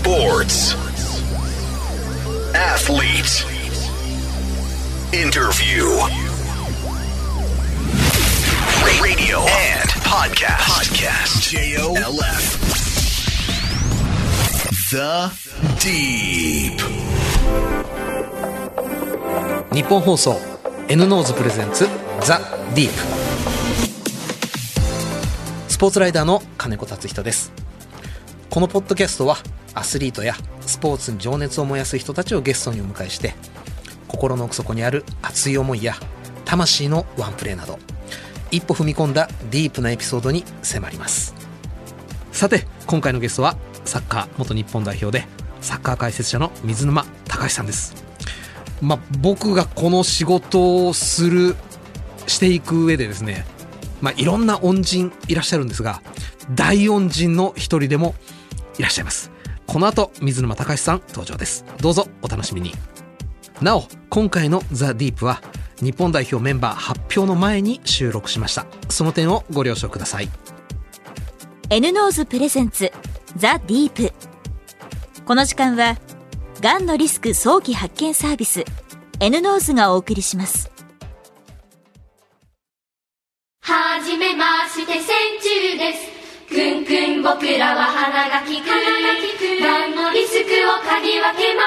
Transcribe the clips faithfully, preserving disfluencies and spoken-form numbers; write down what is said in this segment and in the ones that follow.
Sports. Athlete. Interview. Radio and podcast. Podcast. J O L F. The Deep. 日本放送 N ノーズプレゼンツ The Deep。 スポーツライダーの金子達人です。このポッドキャストはアスリートやスポーツに情熱を燃やす人たちをゲストにお迎えして、心の奥底にある熱い思いや魂のワンプレーなど、一歩踏み込んだディープなエピソードに迫ります。さて、今回のゲストはサッカー元日本代表でサッカー解説者の水沼貴史さんです。まあ、僕がこの仕事をするしていく上でですね、まあ、いろんな恩人いらっしゃるんですが、大恩人の一人でもいらっしゃいます。この後水沼貴史さん登場です。どうぞお楽しみに。なお、今回のザ・ディープは日本代表メンバー発表の前に収録しました。その点をご了承ください。 N ノーズプレゼンツザ・ディープ。この時間はがんのリスク早期発見サービス N ノーズがお送りします。 はじめまして千中です。くんくん僕らは鼻が利く。がんのリスクを嗅ぎ分けます。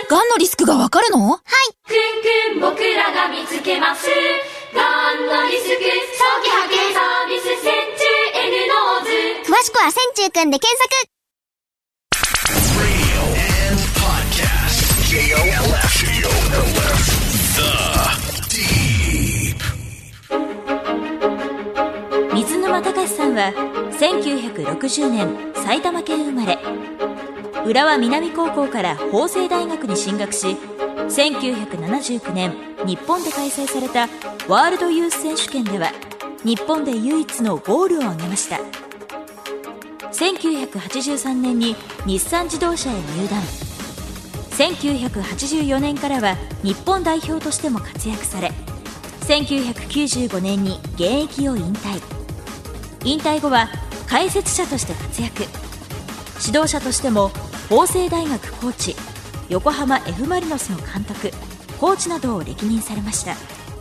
がんのリスクがわかるの？はい。 くんくん僕らが見つけます。がんのリスク早期発見サービス千中 N ノーズ。 詳しくは千中くんで検索。 Radio and podcast. J O L F. J O L F. The Deep. 水沼貴史さんはせんきゅうひゃくろくじゅうねん埼玉県生まれ。浦和南高校から法政大学に進学し、せんきゅうひゃくななじゅうきゅうねん日本で開催されたワールドユース選手権では日本で唯一のゴールを挙げました。せんきゅうひゃくはちじゅうさんねんに日産自動車へ入団。せんきゅうひゃくはちじゅうよねんからは日本代表としても活躍され、せんきゅうひゃくきゅうじゅうごねんに現役を引退。引退後は解説者として活躍。指導者としても法政大学コーチ、横浜 F マリノスの監督、コーチなどを歴任されました。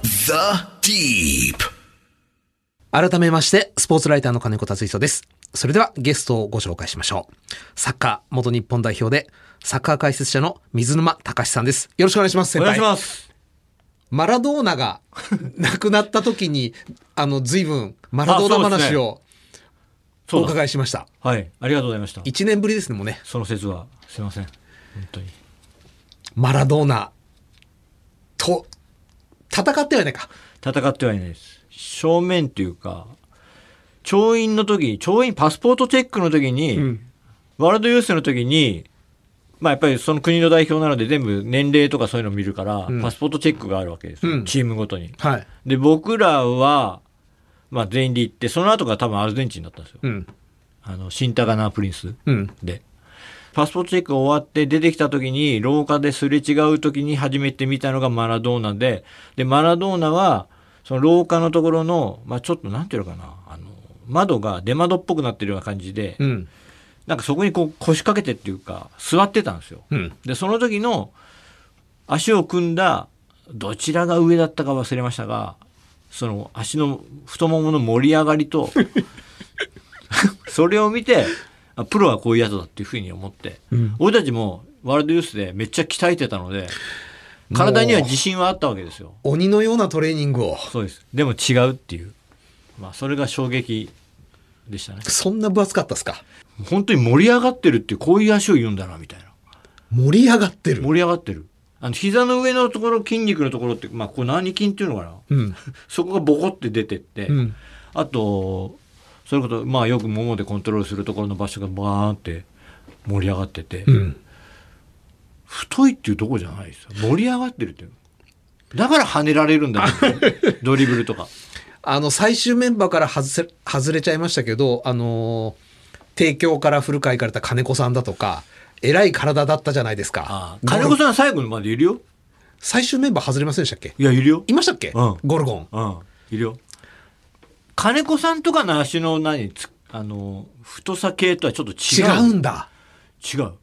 The Deep。 改めましてスポーツライターの金子達人です。それではゲストをご紹介しましょう。サッカー元日本代表でサッカー解説者の水沼貴史さんです。よろしくお願いします。先輩、 お願いします。 マラドーナが亡くなった時にあの随分マラドーナ話をお伺いしました。 はい、ありがとうございました。 いちねんぶりですね、もうね。 その説はすいません、本当に。 マラドーナと戦ってはいないか。 戦ってはいないです。正面っていうか、調印の時、調印パスポートチェックの時に、うん、ワールドユースの時に、まあやっぱりその国の代表なので全部年齢とかそういうのを見るから、うん、パスポートチェックがあるわけです、うん、チームごとに、はい、で僕らは、まあ、全員で行って、その後が多分アルゼンチンだったんですよ、うん、あのシンタガナープリンスで、うん、パスポートチェックが終わって出てきた時に廊下ですれ違う時に初めて見たのがマラドーナで、でマラドーナはその廊下のところの、まあ、ちょっとなんていうのかな、あの窓が出窓っぽくなってるような感じで、うん、なんかそこにこう腰掛けてっていうか座ってたんですよ、うん、でその時の足を組んだどちらが上だったか忘れましたが、その足の太ももの盛り上がりとそれを見て、あ、プロはこういうやつだっていうふうに思って、うん、俺たちもワールドユースでめっちゃ鍛えてたので体には自信はあったわけですよ。 鬼のようなトレーニングを。 そうです。でも違うっていう、まあ、それが衝撃でしたね。 そんな分厚かったですか。 本当に盛り上がってるってこういう足を言うんだなみたいな。 盛り上がってる。 盛り上がってる。あの膝の上のところ、筋肉のところって、まあ、これ何筋っていうのかな、うん、そこがボコって出てって、うん、あとそれこそ、まあ、よくももでコントロールするところの場所がバーンって盛り上がってて、うん、太いっていうところじゃないですよ。盛り上がってるっていう。だから跳ねられるんだ、ね、ドリブルとか。 あの最終メンバーから外せ外れちゃいましたけど、あのー、帝京から古川行かれた金子さんだとか、えらい体だったじゃないですか。 ああ、金子さんは最後までいるよ。 最終メンバー外れませんでしたっけ。 いや、いるよ。 いましたっけ、うん、ゴルゴン、 うん、いるよ。金子さんとかの足の何、あの太さ系とはちょっと違う。 違うんだ。 違う。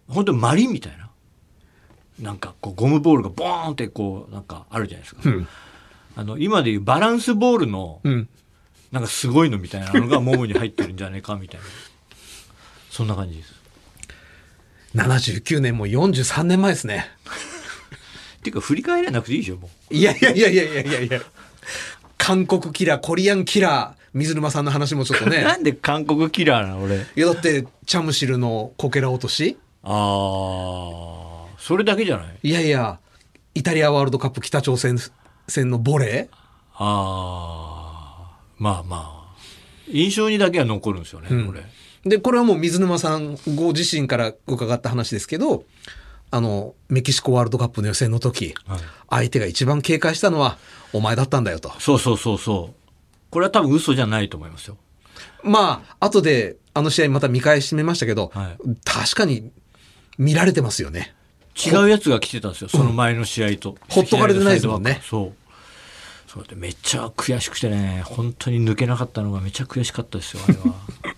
本当にマリンみたいななんかこうゴムボールがボーンってこうなんかあるじゃないですか、うん、あの今でいうバランスボールのなんかすごいのみたいなのがももに入ってるんじゃないかみたいなそんな感じです。 ななじゅうきゅうねんもよんじゅうさんねんまえですねっていうか振り返らなくていいでしょもう。 いやいやいやいやいやいやいや韓国キラーコリアンキラー水沼さんの話もちょっとねなんで韓国キラーなの俺。 いやだってチャムシルのこけら落とし、 ああそれだけじゃない。 いやいやイタリアワールドカップ北朝鮮戦のボレー、 ああまあまあ印象にだけは残るんですよね、うん、これでこれはもう水沼さんご自身から伺った話ですけど、あのメキシコワールドカップの予選の時、はい、相手が一番警戒したのはお前だったんだよと。 そうそうそうそう、これは多分嘘じゃないと思いますよ。 まあ後であの試合また見返してみましたけど、はい、確かに見られてますよね。 違うやつが来てたんですよその前の試合と、うん、 ほっとかれてないですもんね。 そうそうでめっちゃ悔しくてね、本当に抜けなかったのがめっちゃ悔しかったですよあれは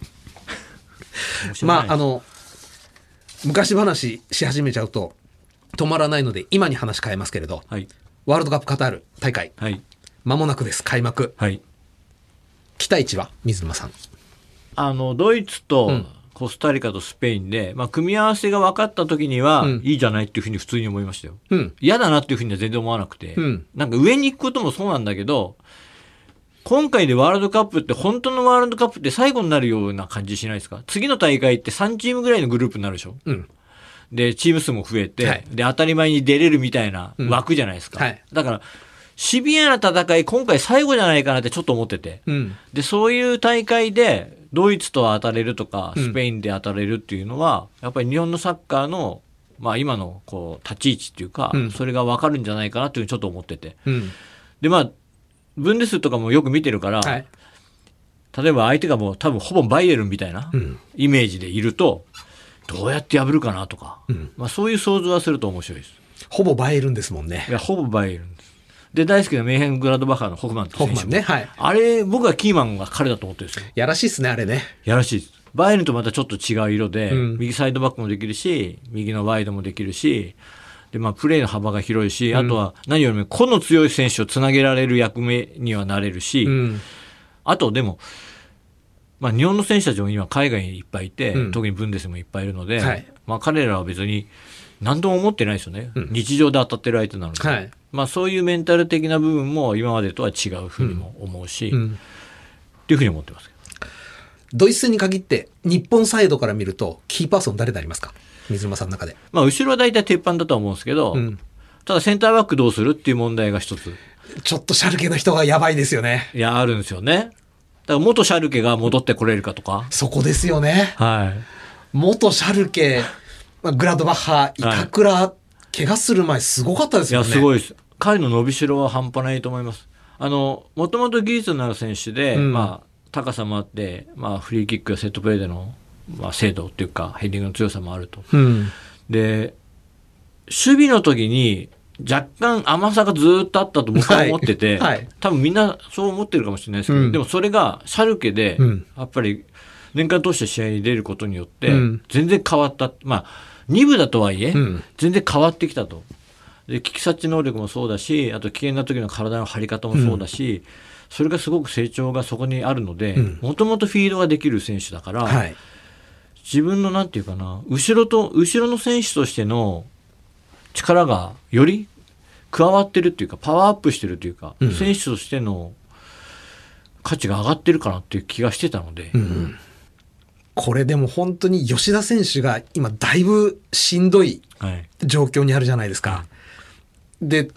まああの昔話し始めちゃうと止まらないので今に話変えますけれど、はい、ワールドカップカタール大会、はい、間もなくです開幕、はい、期待値は水沼さん。 あのドイツとコスタリカとスペインで、まあ、組み合わせが分かった時には、うん、いいじゃないっていうふうに普通に思いましたよ、うん、嫌だなっていうふうには全然思わなくて、うん、なんか上に行くこともそうなんだけど今回でワールドカップって本当のワールドカップって最後になるような感じしないですか。次の大会ってさんチームぐらいのグループになるでしょ、うん、でチーム数も増えて、はい、で当たり前に出れるみたいな枠じゃないですか、うんはい、だからシビアな戦い今回最後じゃないかなってちょっと思ってて、うん、でそういう大会でドイツと当たれるとかスペインで当たれるっていうのは、うん、やっぱり日本のサッカーの、まあ、今のこう立ち位置っていうか、うん、それが分かるんじゃないかなっていうふうにちょっと思ってて、うん、でまあブンデスとかもよく見てるから、はい、例えば相手がもう多分ほぼバイエルンみたいなイメージでいると、うん、どうやって破るかなとか、うんまあ、そういう想像はすると面白いです。 ほぼバイエルンですもんね。 いやほぼバイエルンですで大好きなメーヘングラドバッハーのホフマンって選手も、 ホフマンね、はい、 あれ僕はキーマンが彼だと思ってるんですよ。 やらしいですねあれね。 やらしいです。バイエルンとまたちょっと違う色で、うん、右サイドバックもできるし右のワイドもできるしで、まあ、プレーの幅が広いし、うん、あとは何よりも個の強い選手をつなげられる役目にはなれるし、うん、あとでも、まあ、日本の選手たちも今海外にいっぱいいて、うん、特にブンデスもいっぱいいるので、はいまあ、彼らは別に何とも思ってないですよね、うん、日常で当たってる相手なので、はいまあ、そういうメンタル的な部分も今までとは違うふうにも思うし、うんうん、っていうふうに思ってますけど。 ドイツ戦に限って日本サイドから見るとキーパーソン誰になりますか水沼さんの中で。 まあ、後ろは大体鉄板だとは思うんですけど、うん、ただセンターバックどうするっていう問題が一つちょっとシャルケの人がやばいですよね。 いやあるんですよね。だから元シャルケが戻ってこれるかとかそこですよね、 はい、 元シャルケグラドバッハ板倉、はい、怪我する前すごかったですよね。 いやすごいです。彼の伸びしろは半端ないと思います。あのもともと技術のある選手で、うんまあ、高さもあって、まあ、フリーキックやセットプレーでの、まあ、精度っていうかヘディングの強さもあると、うん、で守備の時に若干甘さがずっとあったと僕は思ってて、はいはい、多分みんなそう思ってるかもしれないですけど、うん、でもそれがシャルケで、うん、やっぱり年間通して試合に出ることによって全然変わった、まあに部だとはいえ、うん、全然変わってきたと。で危機察知能力もそうだしあと危険な時の体の張り方もそうだし、うん、それがすごく成長がそこにあるのでもともとフィードができる選手だから、はい、自分のなんていうかな後ろと後ろの選手としての力がより加わってるっていうかパワーアップしてるというか、うん、選手としての価値が上がってるかなっていう気がしてたので、うん、 これでも本当に吉田選手が今だいぶしんどい状況にあるじゃないですか、はいで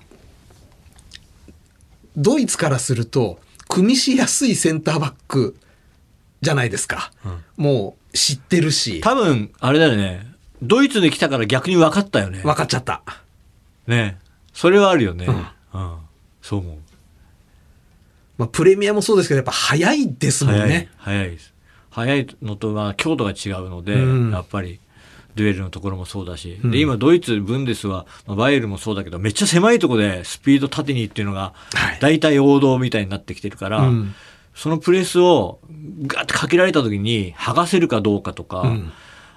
ドイツからすると組みしやすいセンターバックじゃないですか、うん、もう知ってるし多分あれだよねドイツで来たから逆に分かったよね。 分かっちゃったねそれはあるよね、うんうん、そう思う、 まあ、プレミアもそうですけどやっぱ早いですもんね。 早いです早いのとは強度が違うので、うん、やっぱりデュエルのところもそうだし、うん、で今ドイツブンデスは、まあ、バイエルンもそうだけどめっちゃ狭いところでスピード縦にっていうのが大体王道みたいになってきてるから、はいうん、そのプレスをガッてかけられた時に剥がせるかどうかとか、うん、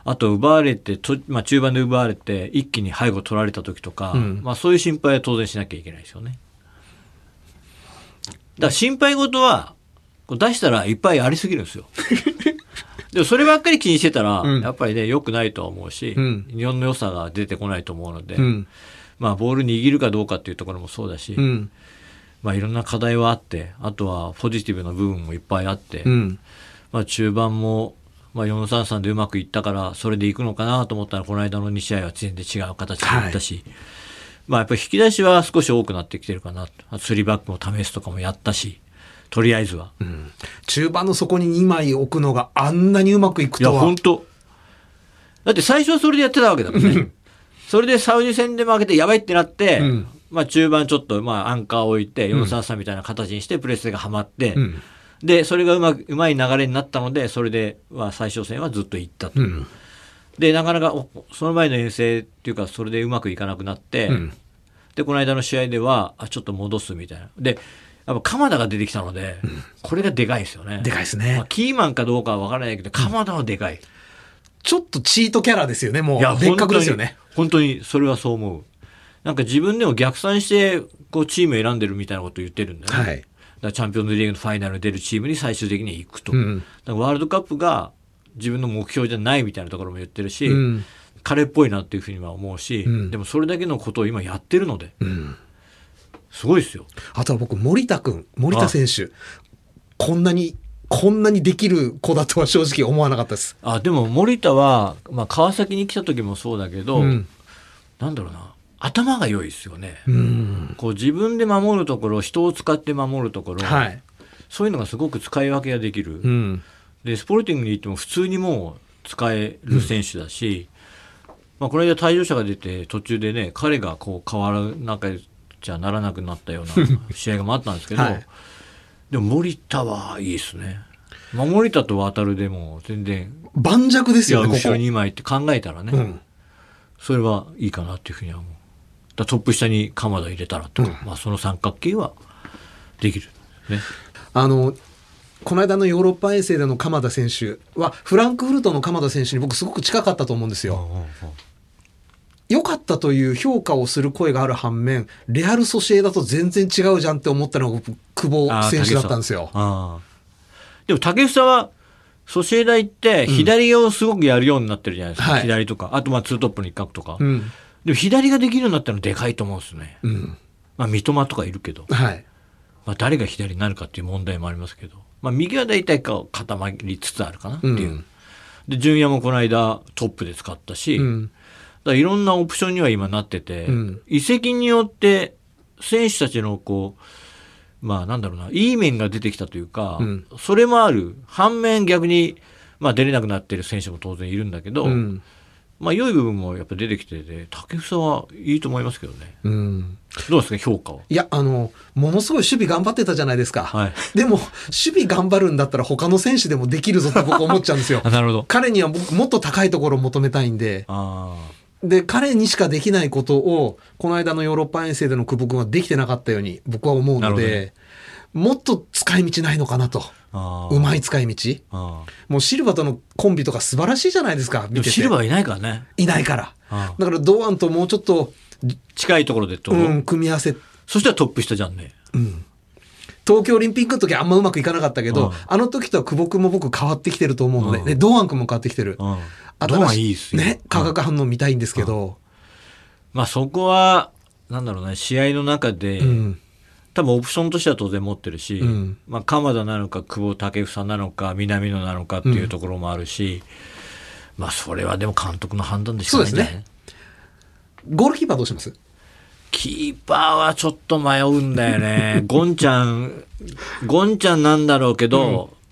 あと奪われてと、まあ、中盤で奪われて一気に背後取られた時とか、うんまあ、そういう心配は当然しなきゃいけないですよね。だから心配事は出したらいっぱいありすぎるんですよ。でもそればっかり気にしてたら、うん、やっぱりね良くないとは思うし、うん、日本の良さが出てこないと思うので、うん、まあボール握るかどうかっていうところもそうだし、うん、まあいろんな課題はあって、あとはポジティブな部分もいっぱいあって、うん、まあ中盤もまあよんさんさんでうまくいったからそれでいくのかなと思ったらこの間のに試合は全然違う形でいったし、はい、まあやっぱり引き出しは少し多くなってきてるかなと。スリーバックも試すとかもやったし。とりあえずは、うん、 中盤の底ににまい置くのがあんなにうまくいくとは。 いや本当だって最初はそれでやってたわけだもんね。それでサウジ戦で負けてやばいってなって、うん、まあ中盤ちょっとまあアンカーを置いてよんさんさんみたいな形にしてプレスがはまって、うん、でそれがうまくうまい流れになったのでそれでは最終戦はずっといったと、うん、でなかなかその前の遠征っていうかそれでうまくいかなくなって、うん、でこの間の試合ではあちょっと戻すみたいなでやっぱ鎌田が出てきたので、うん、これがでかいですよね。 でかいですね。 まあ、キーマンかどうかは分からないけど、鎌田はでかい。 ちょっとチートキャラですよね、もう。いや、別格ですよね。 本当に、それはそう思う。なんか自分でも逆算して、こう、チーム選んでるみたいなことを言ってるんだよね。はい。だからチャンピオンズリーグのファイナルに出るチームに最終的には行くと。うん、だからワールドカップが自分の目標じゃないみたいなところも言ってるし、うん、彼っぽいなっていうふうには思うし、うん、でもそれだけのことを今やってるので、うんすごいですよ。 あとは僕森田君森田選手こんなにこんなにできる子だとは正直思わなかったです。 あでも森田は、まあ、川崎に来た時もそうだけど、うん、なんだろうな頭が良いですよね。うんこう自分で守るところ人を使って守るところ、はい、そういうのがすごく使い分けができる、うん、でスポルティングに行っても普通にもう使える選手だし、うんまあ、この間退場者が出て途中でね彼がこう変わらなきゃじゃならなくなったような試合があったんですけど、はい、でも森田はいいですね。まあ、森田と渡るでも全然盤石ですよね。 後ろにまいって考えたらね、うん、それはいいかなっていうふうには思う。だトップ下に鎌田入れたらとか、うんまあ、その三角形はできる、ね、 あのこの間のヨーロッパ遠征での鎌田選手はフランクフルトの鎌田選手に僕すごく近かったと思うんですよ。うんうんうん良かったという評価をする声がある反面レアルソシエダと全然違うじゃんって思ったのが久保選手だったんですよ。あでも竹房はソシエダ行って左をすごくやるようになってるじゃないですか、うん、左とかあとまあツートップの一角とか、うん、でも左ができるようになったのでかいと思うんですね、うんまあ、三笘とかいるけど、はいまあ、誰が左になるかっていう問題もありますけど、まあ、右は大体固まりつつあるかなっていう、うん、で純也もこの間トップで使ったし、うんだからいろんなオプションには今なってて、うん、移籍によって選手たちのこうまあなんだろうないい面が出てきたというか、うん、それもある反面逆にまあ出れなくなってる選手も当然いるんだけど、うん、まあ良い部分もやっぱ出てきてて竹房はいいと思いますけどね、うん、どうですか評価は。 いやあのものすごい守備頑張ってたじゃないですか、はい、でも守備頑張るんだったら他の選手でもできるぞって僕思っちゃうんですよ。 なるほど。 彼には僕もっと高いところを求めたいんであで彼にしかできないことをこの間のヨーロッパ遠征での久保君はできてなかったように僕は思うので、ね、もっと使い道ないのかなと。うまい使い道もうシルバとのコンビとか素晴らしいじゃないですか見てて。 シルバいないからね。 いないからだから堂安ともうちょっと近いところでと、 うん、組み合わせそしたらトップ下じゃんね、うん、 東京オリンピックの時はあんまうまくいかなかったけど、うん、あの時とは久保君も僕変わってきてると思うので、うん、で堂安君も変わってきてる、うん堂安いいですよね。化学反応見たいんですけど、うん、 まあそこはなんだろうね試合の中で、うん、多分オプションとしては当然持ってるし、うん、まあ鎌田なのか久保建英なのか南野なのかっていうところもあるし、うん、まあそれはでも監督の判断でしかないんじゃない。そうですね。ゴールキーパーどうします？ キーパーはちょっと迷うんだよね。ゴンちゃんゴンちゃんなんだろうけど。うん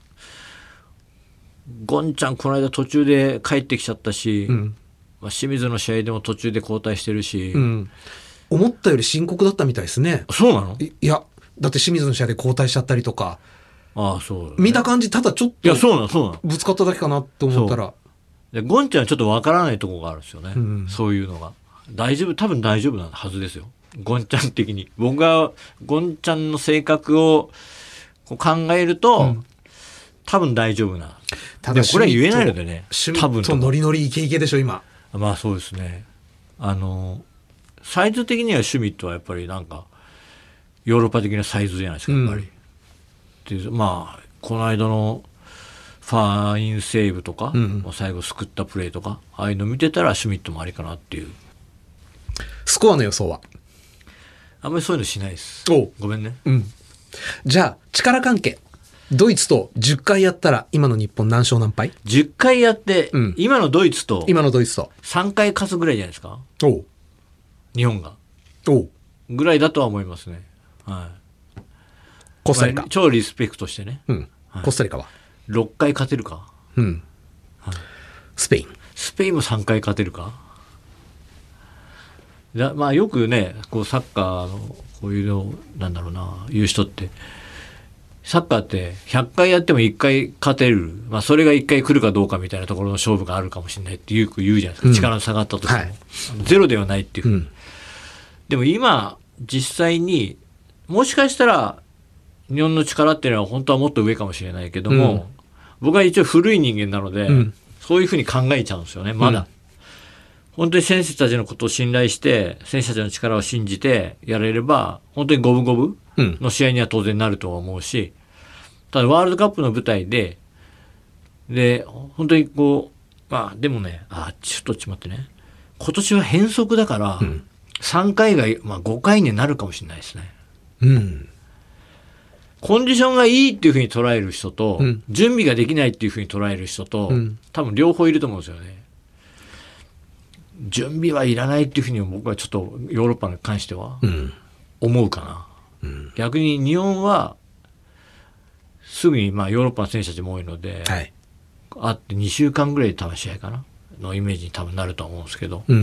ゴンちゃんこの間途中で帰ってきちゃったし、うんまあ、清水の試合でも途中で交代してるし、うん、 思ったより深刻だったみたいですね。 そうなの？ いやだって清水の試合で交代しちゃったりとかああそうだ、ね、 見た感じただちょっといやそうなのそうなのぶつかっただけかなと思ったらでゴンちゃんはちょっとわからないところがあるんですよね、うん、そういうのが大丈夫多分大丈夫なはずですよゴンちゃん的に。僕がゴンちゃんの性格をこう考えると、うん、多分大丈夫なただこれは言えないのでね、 シュミ多分ットノリノリイケイケでしょ今。 まあそうですね。あのサイズ的にはシュミットはやっぱりなんかヨーロッパ的なサイズじゃないですかやっぱり、うん、でまあこの間のファインセーブとか、うん、最後救ったプレーとかああいうの見てたらシュミットもありかなっていう。 スコアの予想はあんまりそういうのしないです。 おごめんね、 うん、じゃあ力関係ドイツとじゅっかいやったら今の日本何勝何敗？ じゅっかいやって、うん、今のドイツと今のドイツとさんかい勝つぐらいじゃないですか。 おう日本がおうぐらいだとは思いますね。はい。 コスタリカ、 まあ、超リスペクトしてね、 うんはい、コスタリカはろっかい勝てるか、 うんはい、スペインスペインもさんかい勝てるか。だまあよくねこうサッカーのこういうのなんだろうな言う人ってサッカーってひゃっかいやってもいっかい勝てる、まあ、それがいっかい来るかどうかみたいなところの勝負があるかもしれないってよく言うじゃないですか、うん、力の下がったとしても、はい、ゼロではないっていう、うん、でも今実際にもしかしたら日本の力っていうのは本当はもっと上かもしれないけども、うん、僕は一応古い人間なので、うん、そういうふうに考えちゃうんですよねまだ、うん、本当に選手たちのことを信頼して選手たちの力を信じてやれれば本当に五分五分の試合には当然なるとは思うし、ただワールドカップの舞台でで本当にこうまあでもねあちょっとちょっと待ってね今年は変則だから、うん、さんかいが、まあ、ごかいになるかもしれないですね、うん、コンディションがいいっていうふうに捉える人と、うん、準備ができないっていうふうに捉える人と、うん、多分両方いると思うんですよね。準備はいらないっていうふうに僕はちょっとヨーロッパに関しては思うかな、うん、逆に日本はすぐにまあヨーロッパの選手たちも多いので、はい、あってにしゅうかんぐらいで多分試合かなのイメージに多分なると思うんですけど、うん、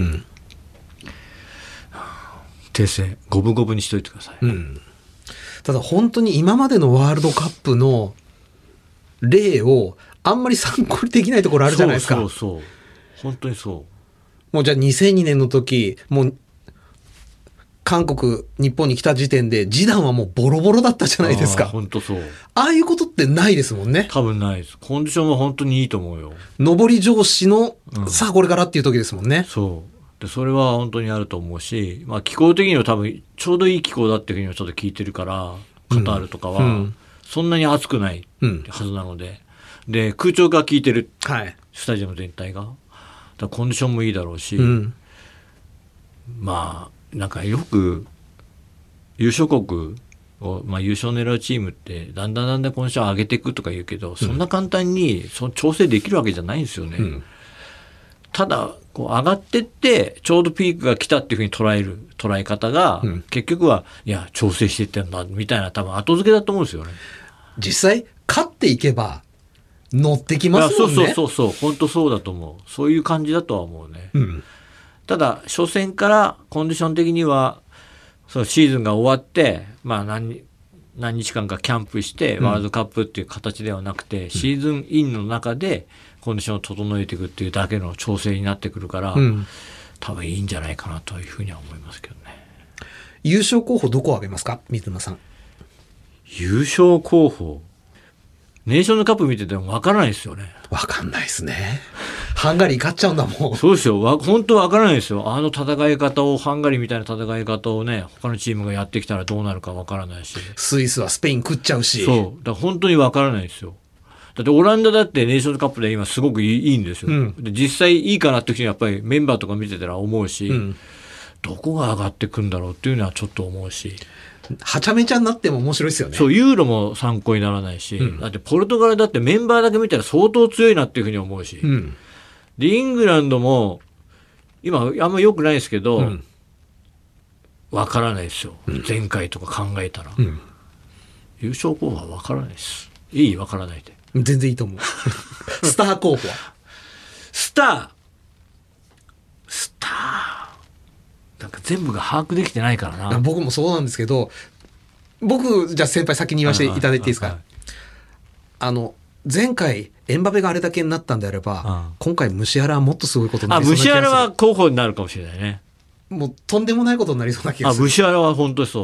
訂正五分五分にしといてください、うん、 ただ本当に今までのワールドカップの例をあんまり参考にできないところあるじゃないですか。 そうそうそう本当にそう。もうじゃあにせんにねんの時もう韓国日本に来た時点でジダンはもうボロボロだったじゃないですか。 本当そう。 ああいうことってないですもんね。 多分ないです。コンディションは本当にいいと思うよ。 上り調子の、うん、さあこれからっていう時ですもんね。 そうでそれは本当にあると思うし、まあ、気候的には多分ちょうどいい気候だっていうふうにはちょっと聞いてるからカタールとかは、うん、そんなに暑くないはずなので、うん、で空調が効いてる、はい、スタジアム全体がだからコンディションもいいだろうし、うん、まあなんかよく優勝国を、まあ、優勝を狙うチームってだんだんだんだんコンディションを上げていくとか言うけど、うん、そんな簡単にその調整できるわけじゃないんですよね、うん、ただこう上がってってちょうどピークが来たっていうふうに捉える捉え方が、うん、結局はいや調整していってんだみたいな多分後付けだと思うんですよね。 実際勝っていけば乗ってきますもんね。 そうそうそうそう本当そうだと思う。そういう感じだとは思うね、うん、ただ初戦からコンディション的にはそのシーズンが終わって、まあ、何, 何日間かキャンプしてワールドカップっていう形ではなくて、うん、シーズンインの中でコンディションを整えていくっていうだけの調整になってくるから、うん、多分いいんじゃないかなというふうには思いますけどね。 優勝候補どこを挙げますか水沼さん。 優勝候補ネーションズカップ見てても分からないですよね。 分かんないですね。ハンガリー勝っちゃうんだもん。 そうですよ。本当分からないですよ。あの戦い方をハンガリーみたいな戦い方をね他のチームがやってきたらどうなるか分からないし、 スイスはスペイン食っちゃうし、 そうだから本当に分からないですよ。だってオランダだってネーションズカップで今すごくいい、いいんですよ、うん、で実際いいかなって時にやっぱりメンバーとか見てたら思うし、うん、どこが上がってくんだろうっていうのはちょっと思うし、 はちゃめちゃになっても面白いですよね。 そうユーロも参考にならないし、うん、だってポルトガルだってメンバーだけ見たら相当強いなっていうふうに思うし、うん、でイングランドも今あんま良くないですけど、うん、分からないですよ、うん、前回とか考えたら、うん、優勝候補は分からないです。いい分からないで全然いいと思うスター候補はスタースターなんか全部が把握できてないからな。 僕もそうなんですけど、僕じゃあ先輩先に言わせていただいていいですか。はいはい、あの前回エムバペがあれだけになったんであれば、ああ今回ムシアラはもっとすごいことになりそうな気がする。 あムシアラは候補になるかもしれないね。 もうとんでもないことになりそうな気がする。 あムシアラは本当にそう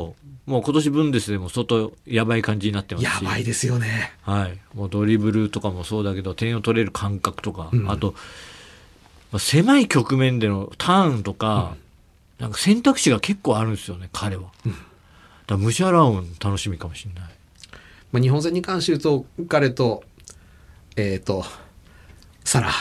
もう今年ブンデスでも相当やばい感じになってますし、 やばいですよね。 はい、もうドリブルとかもそうだけど点を取れる感覚とか、うん、あと、まあ、狭い局面でのターンとか、うん、なんか選択肢が結構あるんですよね彼は、うん、だからムシャラウン楽しみかもしれない。 まあ、日本戦に関して言うと彼とえっ、ー、とサラ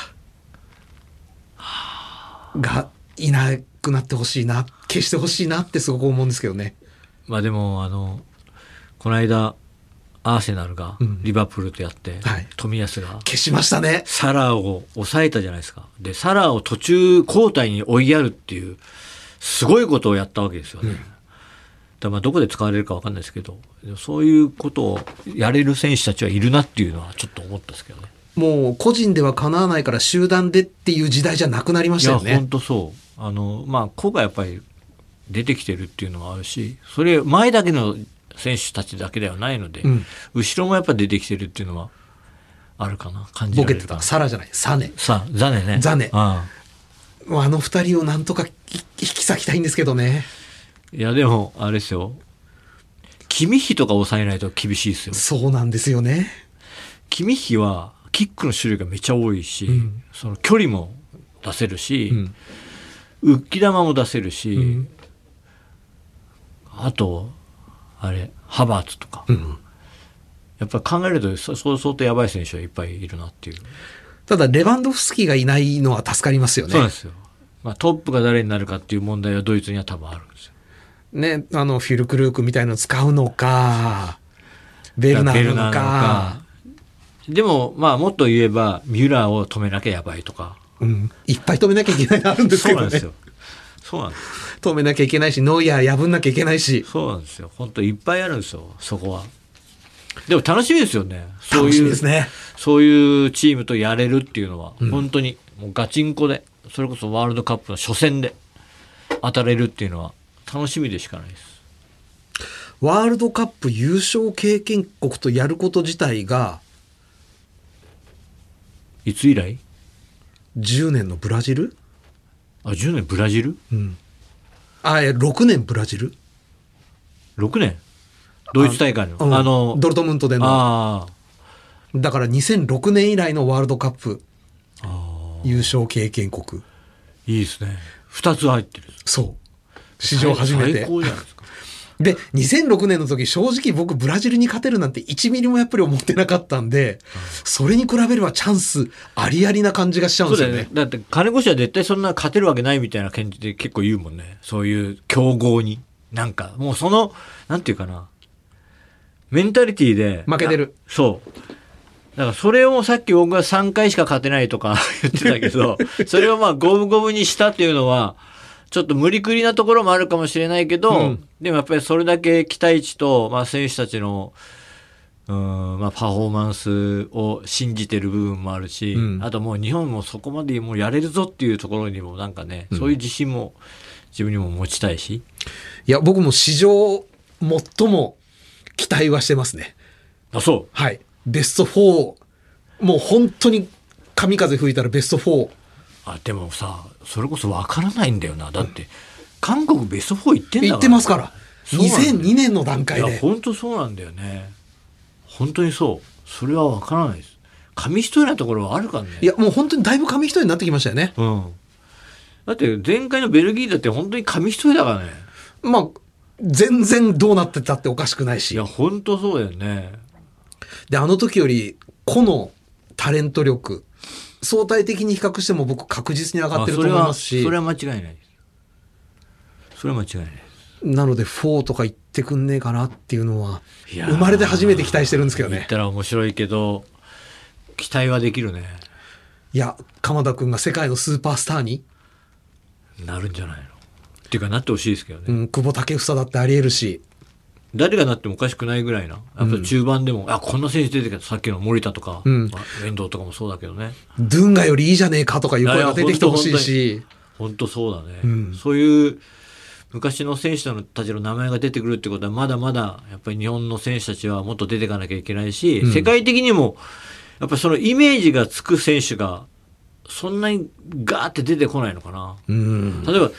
がいなくなってほしいな、消してほしいなってすごく思うんですけどね。 まあでもあのこの間アーセナルがリバプールとやって、うんはい、冨安が消しましたね。 サラーを抑えたじゃないですか。でサラーを途中交代に追いやるっていうすごいことをやったわけですよね、うん、だからまあどこで使われるか分かんないですけど、そういうことをやれる選手たちはいるなっていうのはちょっと思ったんですけどね。 もう個人ではかなわないから集団でっていう時代じゃなくなりましたよね。 いや本当そう。あのまあ個がやっぱり出てきてるっていうのはあるし、それ前だけの選手たちだけではないので、うん、後ろもやっぱ出てきてるっていうのはあるかな、感じられるかな。ボケてたサラじゃないサネさザネねザネ、ああ、あの二人をなんとか引き裂きたいんですけどね。 いやでもあれですよ、キミッヒとか抑えないと厳しいですよ。 そうなんですよね。 キミッヒはキックの種類がめっちゃ多いし、うん、その距離も出せるし、うん、浮き球も出せるし、うん、あとあれハバーツとか、うん、やっぱり考えるとそう相当やばい選手はいっぱいいるなっていう。 ただレバンドフスキがいないのは助かりますよね。 そうなんですよ、まあ、トップが誰になるかっていう問題はドイツには多分あるんですよね。あのフィルクルークみたいなの使うのかベルナーなのか。 でもまあもっと言えばミュラーを止めなきゃやばいとか、 うん、いっぱい止めなきゃいけないのあるんですけどね。そうなんですよ。 そうなんです。 止めなきゃいけないし、ノイヤー破んなきゃいけないし。 そうなんですよ。本当いっぱいあるんですよ、そこは。でも楽しみですよね。そういう、 楽しみですね。 そういうチームとやれるっていうのは、うん、本当にもうガチンコで、それこそワールドカップの初戦で当たれるっていうのは楽しみでしかないです。 ワールドカップ優勝経験国とやること自体がいつ以来？ じゅうねんのブラジル？ あ、じゅうねんブラジル？うん。 あ、え、ろくねんブラジル？ ろくねん？ドイツ大会の。あ、うん、あの、 ドルトムントでの。 ああ。だからにせんろくねん以来のワールドカップ優勝経験国。 いいですね。ふたつ入ってる。 そう。史上初めて。 最高じゃないですか。 で、にせんろくねんの時、正直僕ブラジルに勝てるなんていちミリもやっぱり思ってなかったんで、うん、それに比べればチャンスありありな感じがしちゃうんですよね。 そうだよね。だって金越は絶対そんな勝てるわけないみたいな感じで結構言うもんね。そういう強豪に。なんか、もうその、なんていうかな。メンタリティーで。 負けてる。 そう。だからそれをさっき僕がさんかいしか勝てないとか言ってたけど、それをまあ五分五分にしたっていうのは、ちょっと無理くりなところもあるかもしれないけど、うん、でもやっぱりそれだけ期待値と、まあ、選手たちのうーん、まあ、パフォーマンスを信じてる部分もあるし、うん、あともう日本もそこまでもうやれるぞっていうところにもなんかね、うん、そういう自信も自分にも持ちたいし。 いや僕も史上最も期待はしてますね。 あ、そう。 はい。ベストフォー、もう本当に神風吹いたらベストフォー。 あ、でもさ、それこそ分からないんだよな。だって、うん、韓国ベストフォー行ってんだから。 行ってますから。にせんにねんの段階で。 いや、本当そうなんだよね。本当にそう。それは分からないです。紙一重なところはあるからね。 いや、もう本当にだいぶ紙一重になってきましたよね。 うん。だって前回のベルギーだって本当に紙一重だからね。 まあ、全然どうなってたっておかしくないし。 いや、本当そうだよね。 で、あの時より、個のタレント力、相対的に比較しても僕確実に上がってると思いますし。 それは、それは間違いないです。それは間違いないです。 なのでフォーとか言ってくんねえかなっていうのは生まれて初めて期待してるんですけどね。 言ったら面白いけど期待はできるね。 いや、鎌田君が世界のスーパースターになるんじゃないのっていうかなってほしいですけどね、 うん、久保建英だってありえるし、 誰がなってもおかしくないぐらいな。やっぱ中盤でも、うん、あ、こんな選手出てきた。さっきの森田とか、うん、まあ、遠藤とかもそうだけどね。 ドゥンガよりいいじゃねえかとかいう声が出てきてほしいし。 本当そうだね、うん。そういう昔の選手たちの名前が出てくるってことはまだまだやっぱり日本の選手たちはもっと出ていかなきゃいけないし、うん、世界的にもやっぱりそのイメージがつく選手がそんなにガーって出てこないのかな。うん、例えば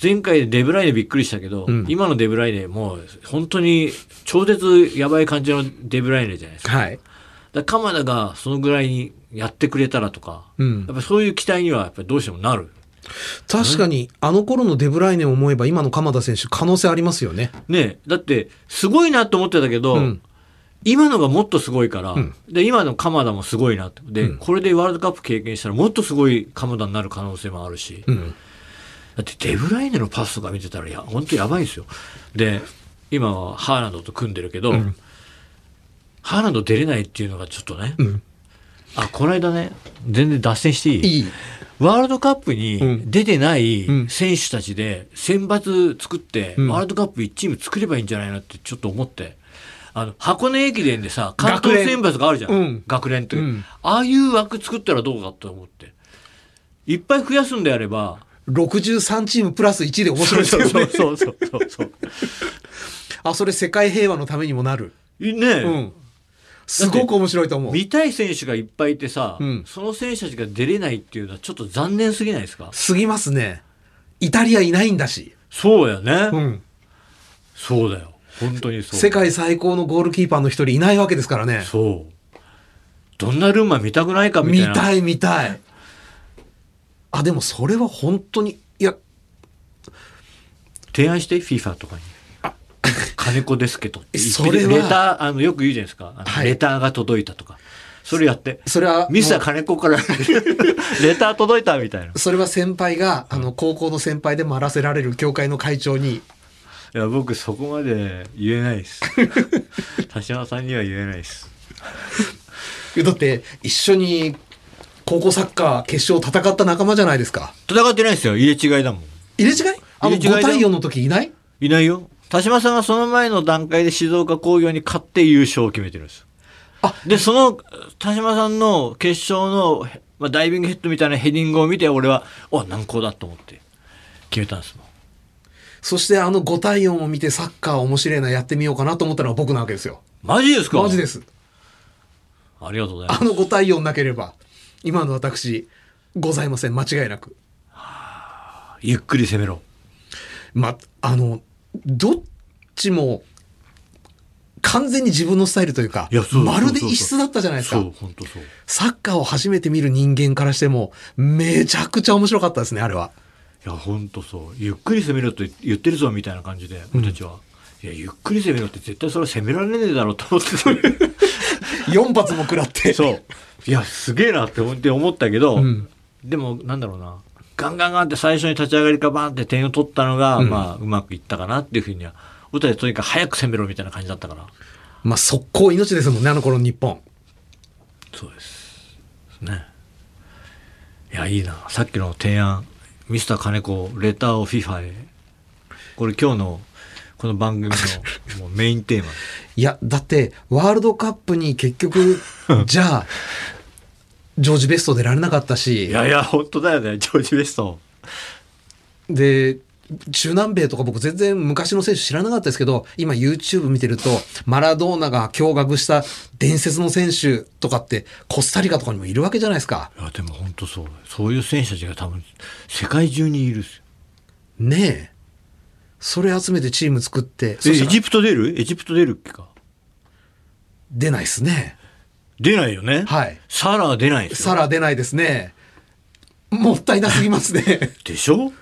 前回でデブライネびっくりしたけど、うん、今のデブライネもう本当に超絶やばい感じのデブライネじゃないですか。はい、だから鎌田がそのぐらいにやってくれたらとか、うん、やっぱそういう期待にはやっぱりどうしてもなる。 確かに、あの頃のデブライネを思えば今の鎌田選手可能性ありますよね。 ね、だってすごいなと思ってたけど、うん、今のがもっとすごいから、うん、で今の鎌田もすごいなってで、うん、これでワールドカップ経験したらもっとすごい鎌田になる可能性もあるし、うん、だってデブライネのパスとか見てたらいや本当やばいですよ。で今はハーランドと組んでるけど、うん、ハーランド出れないっていうのがちょっとね、うん、あこの間ね全然脱線していい？いい。ワールドカップに出てない選手たちで選抜作って、うん、ワールドカップいちチーム作ればいいんじゃないのってちょっと思って、あの箱根駅伝でさ関東選抜があるじゃん、学連、学連って、うん、ああいう枠作ったらどうかと思っていっぱい増やすんであればろくじゅうさんチームプラスいちで面白いですよね。 そうそうそうそうそうあそれ世界平和のためにもなるね、 うん、すごく面白いと思う。 見たい選手がいっぱいいてさ、うん、その選手たちが出れないっていうのはちょっと残念すぎないですか？ すぎますね。イタリアいないんだし。 そうやね、うん、そうだよ本当にそう。 世界最高のゴールキーパーの一人いないわけですからね。 そうどんなルンマ見たくないかみたいな。 見たい見たい。あでもそれは本当にいや提案して フィファ とかに金子ですけどってそれはレターあのよく言うじゃないですか、はい、レターが届いたとかそれやってそれはミスター金子からレター届いたみたいな。 それは先輩があの高校の先輩でもあらせられる協会の会長に。 いや僕そこまで言えないです田島さんには言えないです。 だって一緒に高校サッカー決勝戦った仲間じゃないですか。 戦ってないですよ。入れ違いだもん。 入れ違い？あのごたいよんの時いない？ いないよ。田島さんがその前の段階で静岡工業に勝って優勝を決めてるんです。あでその田島さんの決勝の、まあ、ダイビングヘッドみたいなヘディングを見て俺はお難攻だと思って決めたんですもん。 そしてあのごたいよんを見てサッカー面白いなやってみようかなと思ったのは僕なわけですよ。 マジですか？ マジです。 ありがとうございます。 あのごたいよんなければ今の私ございません。間違いなく、 はあ、ゆっくり攻めろ。 まあのどっちも完全に自分のスタイルというかまるで異質だったじゃないですか。 そう本当そう。 サッカーを初めて見る人間からしてもめちゃくちゃ面白かったですねあれは。 いや本当そう。ゆっくり攻めろと言ってるぞみたいな感じで俺たちは、うん、いやゆっくり攻めろって絶対それは攻められねえだろうと思ってよん発も食らってそういやすげえなって思ったけど、うん、でもなんだろうなガンガンガンって最初に立ち上がりからバーンって点を取ったのが、うんまあ、うまくいったかなっていうふうには俺たちとにかく早く攻めろみたいな感じだったからまあ速攻命ですもんねあの頃の日本。 そうですね。いやいいなさっきの提案ミスター金子レターを フィファ へこれ今日のこの番組のもうメインテーマいやだってワールドカップに結局じゃあジョージベスト出られなかったしいやいや本当だよねジョージベストで中南米とか僕全然昔の選手知らなかったですけど今 YouTube 見てるとマラドーナが驚愕した伝説の選手とかってコスタリカとかにもいるわけじゃないですか。 いやでも本当そうそういう選手たちが多分世界中にいるっすよねえ。それ集めてチーム作ってえエジプト出るエジプト出るっけか。 出ないですね。 出ないよね。 はい。 サラー出ないですよ。 サラー出ないですね。もったいなすぎますねでしょ。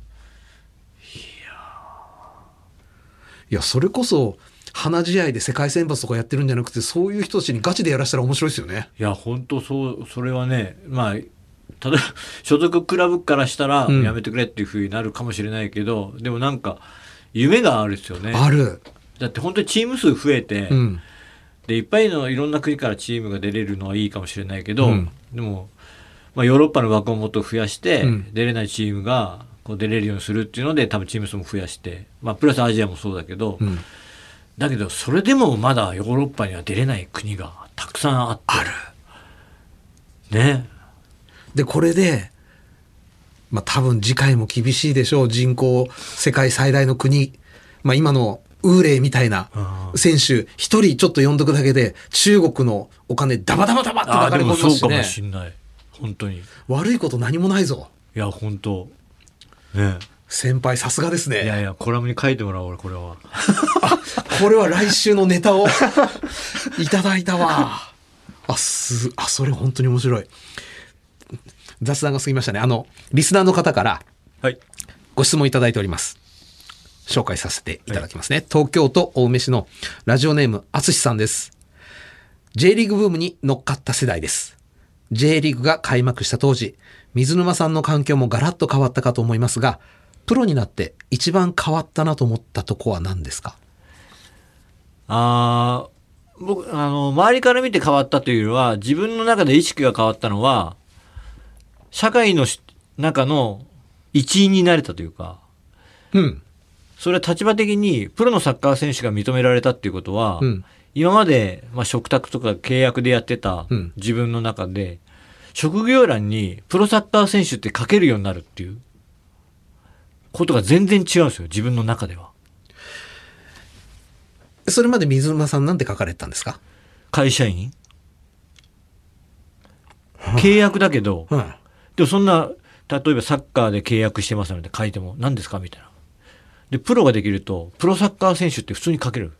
いやそれこそ花試合で世界選抜とかやってるんじゃなくてそういう人たちにガチでやらせたら面白いですよね。 いや本当そうそれはねまあただ所属クラブからしたらやめてくれっていう風になるかもしれないけど、うん、でもなんか夢があるですよね。 ある。 だって本当にチーム数増えて、うん、でいっぱいのいろんな国からチームが出れるのはいいかもしれないけど、うん、でも、まあ、ヨーロッパの枠をもっと増やして、うん、出れないチームがこう出れるようにするっていうので多分チーム数も増やして、まあ、プラスアジアもそうだけど、うん、だけどそれでもまだヨーロッパには出れない国がたくさんあってあるね。 でこれで、まあ、多分次回も厳しいでしょう。人口世界最大の国、まあ、今のウーレイみたいな選手一人ちょっと呼んどくだけで中国のお金ダバダバダバって流れ込みますしね。 そうかもしんない本当に。 悪いこと何もないぞ。 いや本当ね。 先輩さすがですね。 いやいや、コラムに書いてもらおう、俺、これは。 これは来週のネタをいただいたわ。あ、す、あ、それ本当に面白い。雑談が過ぎましたね。あの、リスナーの方からはい。 ご質問いただいております。紹介させていただきますね。はい、東京都青梅市のラジオネーム、あつしさんです。J リーグブームに乗っかった世代です。J リーグが開幕した当時、水沼さんの環境もガラッと変わったかと思いますが、プロになって一番変わったなと思ったとこは何ですか？ ああ、僕、あの、周りから見て変わったというよりは、自分の中で意識が変わったのは、社会の中の一員になれたというか、 うん。 それは立場的にプロのサッカー選手が認められたっていうことは、 うん、 今まで、まあ、嘱託とか契約でやってた自分の中で、うん、職業欄にプロサッカー選手って書けるようになるっていうことが全然違うんですよ、自分の中では。 それまで水沼さんなんて書かれてたんですか？ 会社員、契約だけど、うん、でもそんな、例えばサッカーで契約してますので書いても何ですかみたいな。で、プロができると、プロサッカー選手って普通に書ける。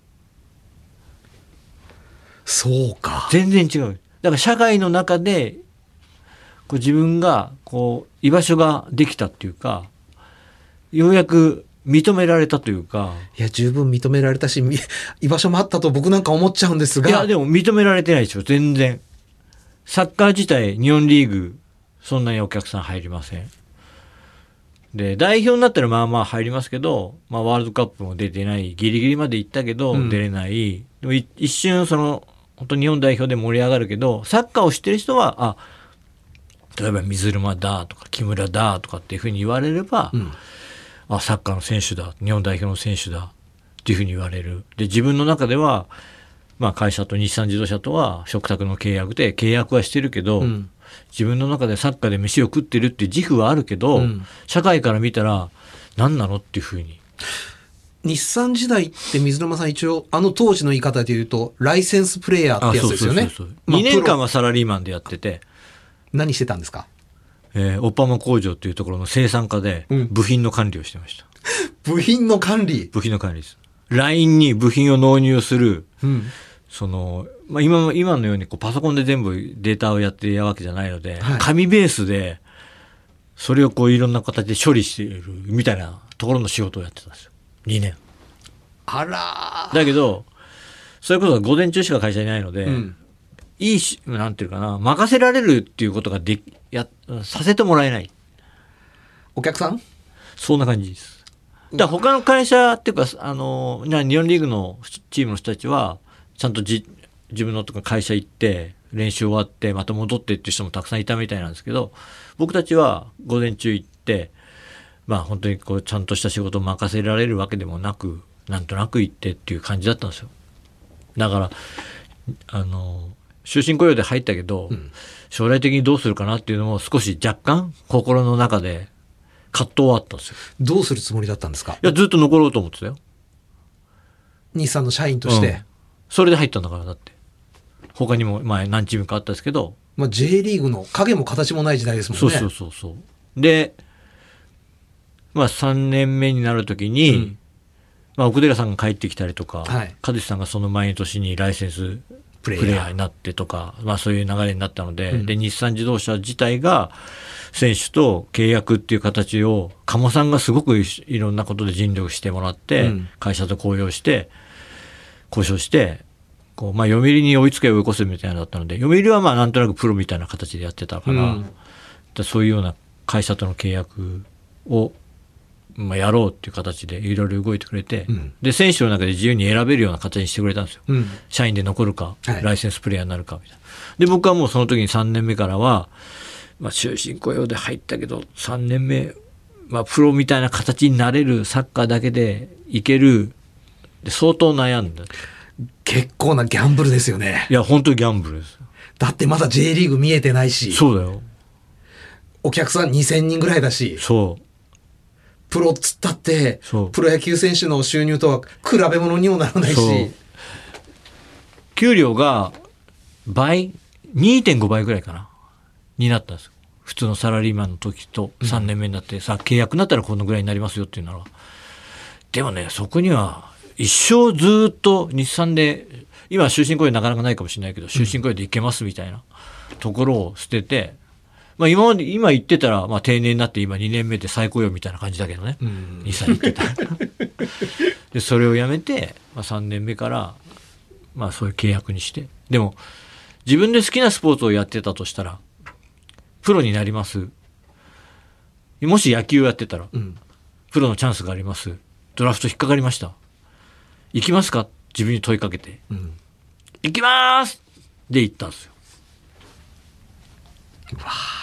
そうか。 全然違う。だから社会の中で、こう自分が、こう、居場所ができたっていうか、ようやく認められたというか。 いや、十分認められたし、居場所もあったと僕なんか思っちゃうんですが。 いや、でも認められてないですよ、全然。サッカー自体、日本リーグ、そんなにお客さん入りません。で、代表になったらまあまあ入りますけど、まあワールドカップも出てない、ギリギリまで行ったけど、出れない。でも一瞬その、本当日本代表で盛り上がるけど、サッカーを知ってる人は、あ、例えば水沼だとか木村だとかっていうふうに言われれば、うん、あ、サッカーの選手だ、日本代表の選手だっていうふうに言われる。で、自分の中では、まあ会社と日産自動車とは嘱託の契約で契約はしてるけど、うん、自分の中でサッカーで飯を食ってるっていう自負はあるけど、うん、社会から見たら何なのっていうふうに。 日産時代って水沼さん一応あの当時の言い方で言うとライセンスプレイヤーってやつですよね。 そうそうそうそう、まあ、にねんかんはサラリーマンでやってて。 何してたんですか？ えー、オッパマ工場っていうところの生産課で部品の管理をしてました。 うん、部品の管理部品の管理です。ラインに部品を納入する、うん、その、まあ、今、今のようにこうパソコンで全部データをやってやるわけじゃないので、はい、紙ベースでそれをこういろんな形で処理しているみたいなところの仕事をやってたんですよ。にねん。 あらー。 だけど、そういうことは午前中しか会社にいないので、うん、いいし、なんていうかな、任せられるっていうことができ、や、させてもらえない。 お客さん？ そんな感じです。だから他の会社っていうか、あの、日本リーグのチームの人たちは、ちゃんとじ自分のとか会社行って、練習終わって、また戻ってっていう人もたくさんいたみたいなんですけど、僕たちは午前中行って、まあ本当にこう、ちゃんとした仕事を任せられるわけでもなく、なんとなく行ってっていう感じだったんですよ。だから、あの、終身雇用で入ったけど、うん、将来的にどうするかなっていうのも少し若干心の中で葛藤はあったんですよ。 どうするつもりだったんですか？ いや、ずっと残ろうと思ってたよ。 日産の社員として、うん。 それで入ったんだから、だって。他にも前何チームかあったんですけど。 まあ J リーグの影も形もない時代ですもんね。 そうそうそうそう。で、まあさんねんめになるときに、うん、まあ奥寺さんが帰ってきたりとか、はい、和志さんがその前の年にライセンスプレイヤーになってとか、まあそういう流れになったので、うん、で、日産自動車自体が選手と契約っていう形を、鴨さんがすごくいろんなことで尽力してもらって、うん、会社と公用して、交渉して、こう、まあ読売に追いつけ追い越せみたいなのだったので、読売はまあなんとなくプロみたいな形でやってたから、うん、だそういうような会社との契約を、まあ、やろうっていう形でいろいろ動いてくれて、うん、で、選手の中で自由に選べるような形にしてくれたんですよ。うん、社員で残るか、はい、ライセンスプレイヤーになるかみたいな。で、僕はもうその時にさんねんめからは、まあ、終身雇用で入ったけど、さんねんめ、まあ、プロみたいな形になれるサッカーだけでいける、で相当悩んだ。 結構なギャンブルですよね。 いや、本当にギャンブルです。 だってまだ J リーグ見えてないし。 そうだよ。 お客さんにせんにんぐらいだし。 そう。 プロっつったって、プロ野球選手の収入とは比べ物にもならないし。給料が倍、にてんごばいぐらいかな。になったんですよ。 普通のサラリーマンの時とさんねんめになって、うん、さあ契約になったらこのぐらいになりますよっていうなら、でもねそこには一生ずっと日産で、今終身雇用なかなかないかもしれないけど終身雇用でいけますみたいなところを捨てて、まあ、今まで今言ってたら、まあ、定年になって今にねんめで再雇用みたいな感じだけどね、日産に言ってたでそれをやめて、まあ、さんねんめから、まあ、そういう契約にして、でも自分で好きなスポーツをやってたとしたらプロになります、もし野球をやってたら、うん、プロのチャンスがあります、ドラフト引っかかりました、行きますか、自分に問いかけて、うん、行きまーすで行ったんですよ。わ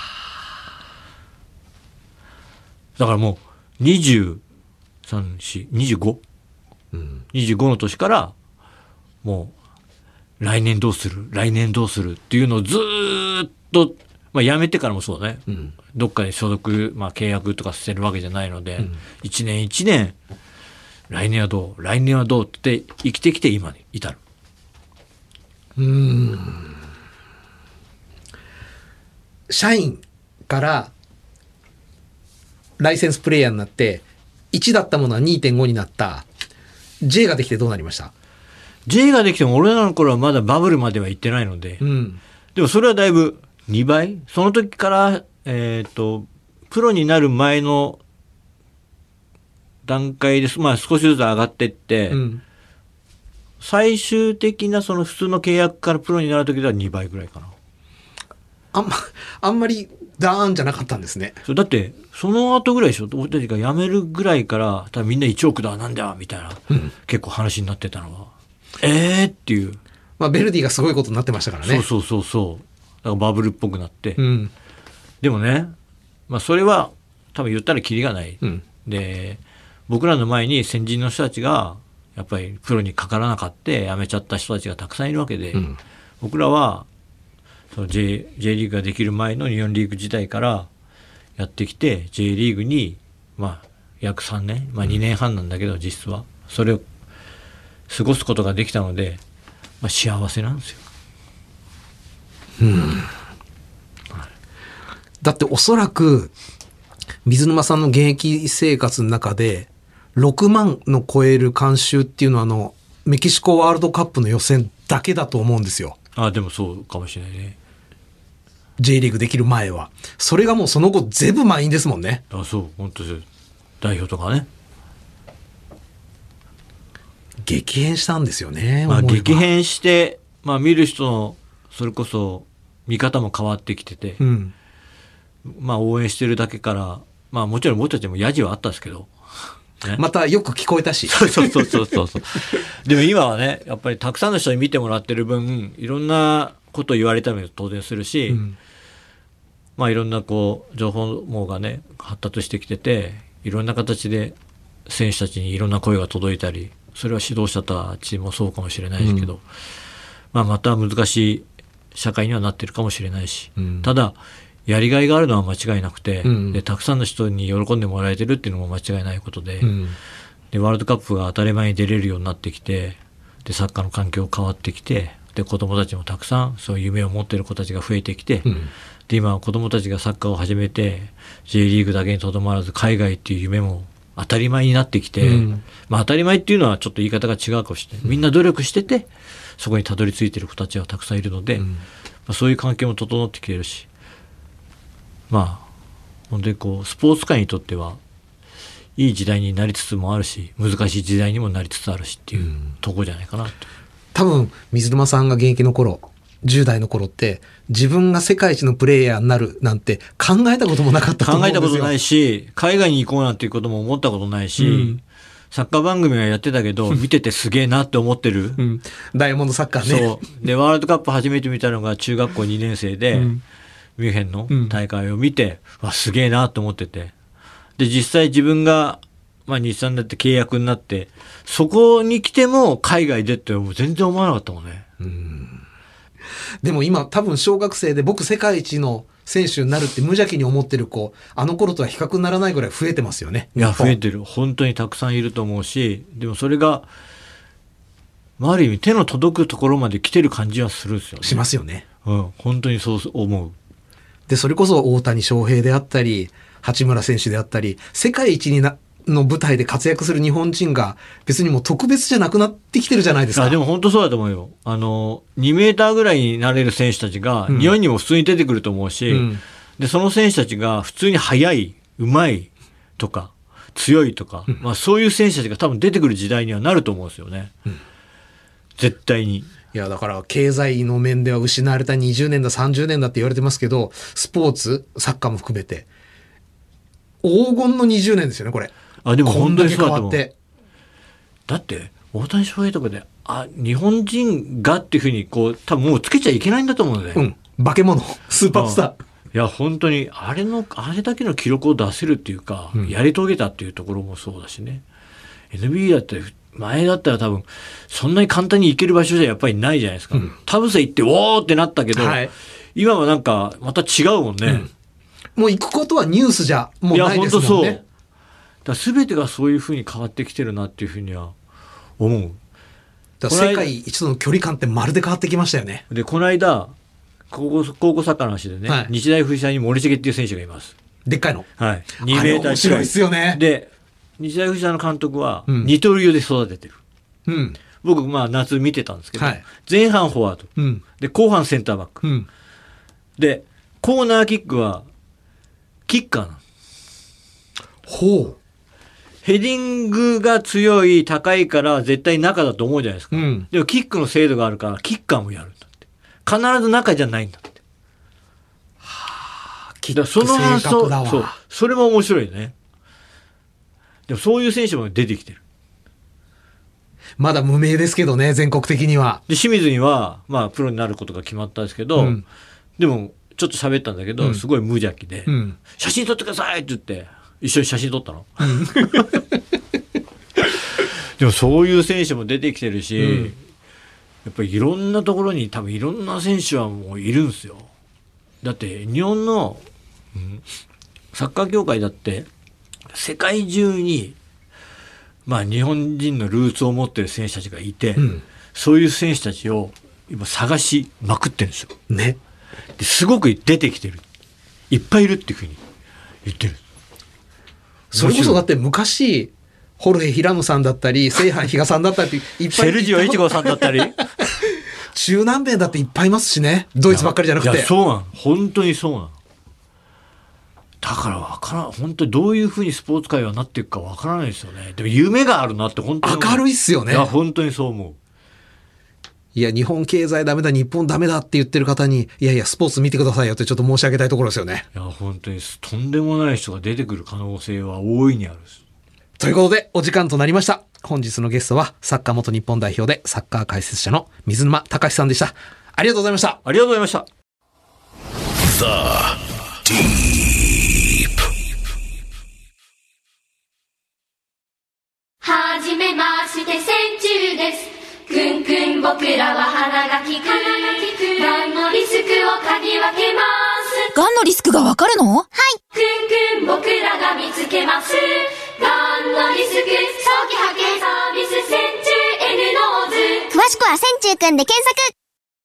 だからもうにじゅうさん、よん、にじゅうご、うん、にじゅうごの年からもう来年どうする来年どうするっていうのをずーっと、まあ、辞めてからもそうだね、うん、どっかに所属、まあ、契約とかしてるわけじゃないので、うん、一年一年来年はどう来年はどうって生きてきて今に至る。 うーん、社員からライセンスプレイヤーになっていちだったものは にてんご になった J ができてどうなりました？ J ができても俺らの頃はまだバブルまでは行ってないので、うん、でもそれはだいぶにばい、その時からえっとプロになる前の段階です、まあ少しずつ上がっていって、うん、最終的なその普通の契約からプロになる時ではにばいぐらいかな。 あんま、あんまりダーンじゃなかったんですね。 そうだってその後ぐらいでしょ、俺たちが辞めるぐらいから多分みんないちおくだなんだみたいな、うん、結構話になってたのはえーっていう、 まあベルディがすごいことになってましたからね。 そうそうそうそう、だからバブルっぽくなって、うん、でもね、まあそれは多分言ったらキリがない、うん、で僕らの前に先人の人たちがやっぱりプロにかからなかった辞めちゃった人たちがたくさんいるわけで、うん、僕らはその J, J リーグができる前の日本リーグ時代からやってきて J リーグにまあ約さんねん、まあ、にねんはんなんだけど実質はそれを過ごすことができたので、まあ、幸せなんですよ。 うん、だっておそらく水沼さんの現役生活の中でろくまんの超える観衆っていうのはあのメキシコワールドカップの予選だけだと思うんですよ。 ああでもそうかもしれないね。 J リーグできる前はそれがもうその後全部満員ですもんね。 ああそう本当です。代表とかね激変したんですよね。 まあ、激変して、まあ、見る人のそれこそ見方も変わってきてて、うん、まあ応援してるだけからまあもちろん僕たちもヤジはあったんですけど、 ね、またよく聞こえたしそうそうそうそうそうでも今はねやっぱりたくさんの人に見てもらってる分いろんなことを言われたの当然するし、うん、まあいろんなこう情報網がね発達してきてていろんな形で選手たちにいろんな声が届いたり、それは指導者たちもそうかもしれないですけど、うん、まあまた難しい社会にはなってるかもしれないし、うん、ただやりがいがあるのは間違いなくて、うん、でたくさんの人に喜んでもらえてるっていうのも間違いないことで、うん、でワールドカップが当たり前に出れるようになってきて、でサッカーの環境変わってきて、で子どもたちもたくさんそういう夢を持っている子たちが増えてきて、うん、で今子どもたちがサッカーを始めて J リーグだけにとどまらず海外っていう夢も当たり前になってきて、うん、まあ当たり前っていうのはちょっと言い方が違うかもしれない、みんな努力しててそこにたどり着いている子たちはたくさんいるので、うんまあ、そういう環境も整ってきているし、まあ本当にこうスポーツ界にとってはいい時代になりつつもあるし難しい時代にもなりつつあるしっていうところじゃないかなと、うん、 多分水沼さんが現役の頃じゅう代の頃って自分が世界一のプレイヤーになるなんて考えたこともなかったと思うんですよ。 考えたことないし海外に行こうなんていうことも思ったことないし、うん、サッカー番組はやってたけど見ててすげえなって思ってる、うん、 ダイヤモンドサッカーね。 そうでワールドカップ初めて見たのが中学校にねん生で、うん、ミュンヘンの大会を見て、うん、わすげえなと思ってて、で実際自分が、まあ、日産だって契約になってそこに来ても海外でって全然思わなかったもんね。うんでも今多分小学生で僕世界一の選手になるって無邪気に思ってる子あの頃とは比較にならないぐらい増えてますよね。 いや増えてる本当にたくさんいると思うし、でもそれが、まあ、ある意味手の届くところまで来てる感じはするんですよね。 しますよね。 うん本当にそう思う。 でそれこそ大谷翔平であったり八村選手であったり世界一になの舞台で活躍する日本人が別にもう特別じゃなくなってきてるじゃないですか。 あでも本当そうだと思うよ。あのにメーターぐらいになれる選手たちが日本にも普通に出てくると思うし、うん、でその選手たちが普通に速い、うまいとか強いとか、うん、まあ、そういう選手たちが多分出てくる時代にはなると思うんですよね、うん、絶対に。 いやだから経済の面では失われたにじゅうねんださんじゅうねんだって言われてますけど、スポーツサッカーも含めて黄金のにじゅうねんですよねこれ。 あでも本当にそうだと思う。だって大谷翔平とかであ日本人がっていうふうにこう多分もうつけちゃいけないんだと思うので、 うん化け物スーパースター。 いや本当にあれのあれだけの記録を出せるっていうか、うん、やり遂げたっていうところもそうだしね。 エヌビーエー だって前だったら多分そんなに簡単に行ける場所じゃやっぱりないじゃないですか、うん、田臥行っておーってなったけど、はい、今はなんかまた違うもんね、うん、 もう行くことはニュースじゃもうないですもんね。いや本当そう。 だ全てがそういうふうに変わってきてるなっていうふうには思う。 だ世界一との距離感ってまるで変わってきましたよね。 でこの間高校、高校サッカーの話でね、はい、日大藤沢に森重っていう選手がいます。 でっかいの、 はい、にメーター近い。 面白いですよね。 で日大藤沢の監督は二刀流で育ててる、うん、僕まあ夏見てたんですけど、はい、前半フォワード、うん、で後半センターバック、うん、でコーナーキックはキッカーなの。 ほう。 ヘディングが強い高いから絶対中だと思うじゃないですか、うん、でもキックの精度があるからキッカーもやるんだって。必ず中じゃないんだって。 はあ、キック正確だわ。 そう、それも面白いね。でもそういう選手も出てきてる。 まだ無名ですけどね全国的には。 で清水にはまあプロになることが決まったんですけど、うん、でもちょっと喋ったんだけど、うん、すごい無邪気で、うん、写真撮ってくださいって言って一緒に写真撮ったの、うん、でもそういう選手も出てきてるし、うん、やっぱりいろんなところに多分いろんな選手はもういるんですよ。だって日本の、うん、サッカー協会だって世界中にまあ日本人のルーツを持ってる選手たちがいて、うん、そういう選手たちを今探しまくってるんですよ、 ね、 ですごく出てきてる、いっぱいいるっていうふうに言ってる。 それこそだって昔ホルヘ・ヒラムさんだったりセイハン・ヒガさんだったりいっぱいセルジオ・イチゴさんだったり中南米だっていっぱいいますしね。ドイツばっかりじゃなくて。 いやそうなの、本当にそうなの。だから分からん、本当にどういうふうにスポーツ界はなっていくか分からないですよね。でも夢があるなって本当に明るいっすよね。 いや本当にそう思う。 いや日本経済ダメだ日本ダメだって言ってる方にいやいやスポーツ見てくださいよってちょっと申し上げたいところですよね。 いや本当にとんでもない人が出てくる可能性は大いにある。 ということでお時間となりました。本日のゲストはサッカー元日本代表でサッカー解説者の水沼貴史さんでした。ありがとうございました。 ありがとうございました。 The Deep。 はじめまして千中です。くんくん僕らは鼻が利く。がんのリスクを嗅ぎ分けます。 がんのリスクがわかるの？はい。 くんくん僕らが見つけます。がんのリスク早期発見サービス千中 N ノーズ。 詳しくは千中くんで検索。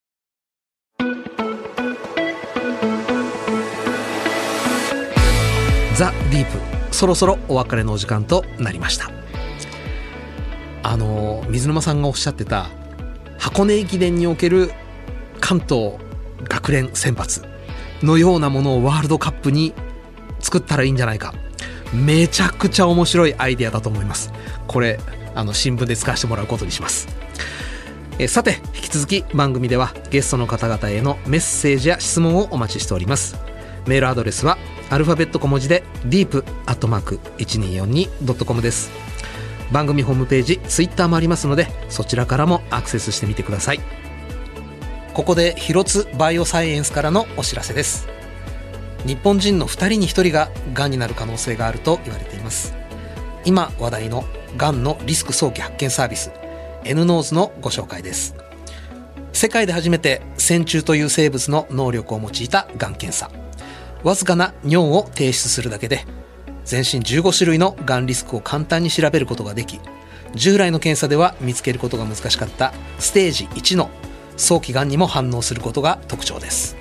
ザ・ディープ、そろそろお別れのお時間となりました。あの水沼さんがおっしゃってた箱根駅伝における関東学連選抜のようなものをワールドカップに作ったらいいんじゃないか、めちゃくちゃ面白いアイデアだと思います。これあの新聞で使わせてもらうことにします。えさて引き続き番組ではゲストの方々へのメッセージや質問をお待ちしております。メールアドレスはアルファベット小文字で ディープアットマークいちにーよんにドットコム です。番組ホームページ、ツイッターもありますのでそちらからもアクセスしてみてください。ここで広津バイオサイエンスからのお知らせです。日本人のふたりにひとりががんになる可能性があると言われています。今話題のがんのリスク早期発見サービス N ノーズのご紹介です。世界で初めて線虫という生物の能力を用いたがん検査、わずかな尿を提出するだけで全身じゅうごしゅるいのがんリスクを簡単に調べることができ、従来の検査では見つけることが難しかったステージいちの早期がんにも反応することが特徴です。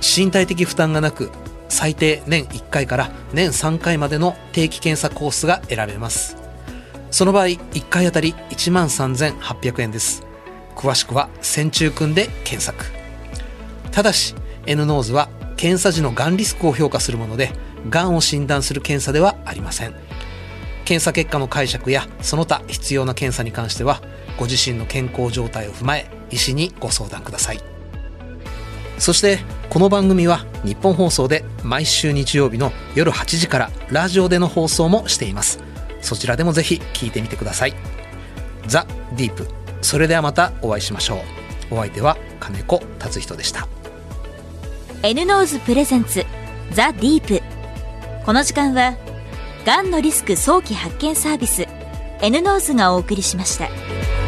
身体的負担がなく、最低年いっかいから年さんかいまでの定期検査コースが得られます。その場合いっかいあたりいちまんさんぜんはっぴゃくえんです。詳しくは線虫くんで検索。ただし N ノーズは検査時のがんリスクを評価するもので、がんを診断する検査ではありません。検査結果の解釈やその他必要な検査に関しては、ご自身の健康状態を踏まえ医師にご相談ください。そしてこの番組は日本放送で毎週日曜日の夜はちじからラジオでの放送もしています。そちらでもぜひ聞いてみてください。ザ・ディープ。それではまたお会いしましょう。お相手は金子達人でした。 N ノーズプレゼンツザ・ディープ。この時間はがんのリスク早期発見サービス N ノーズがお送りしました。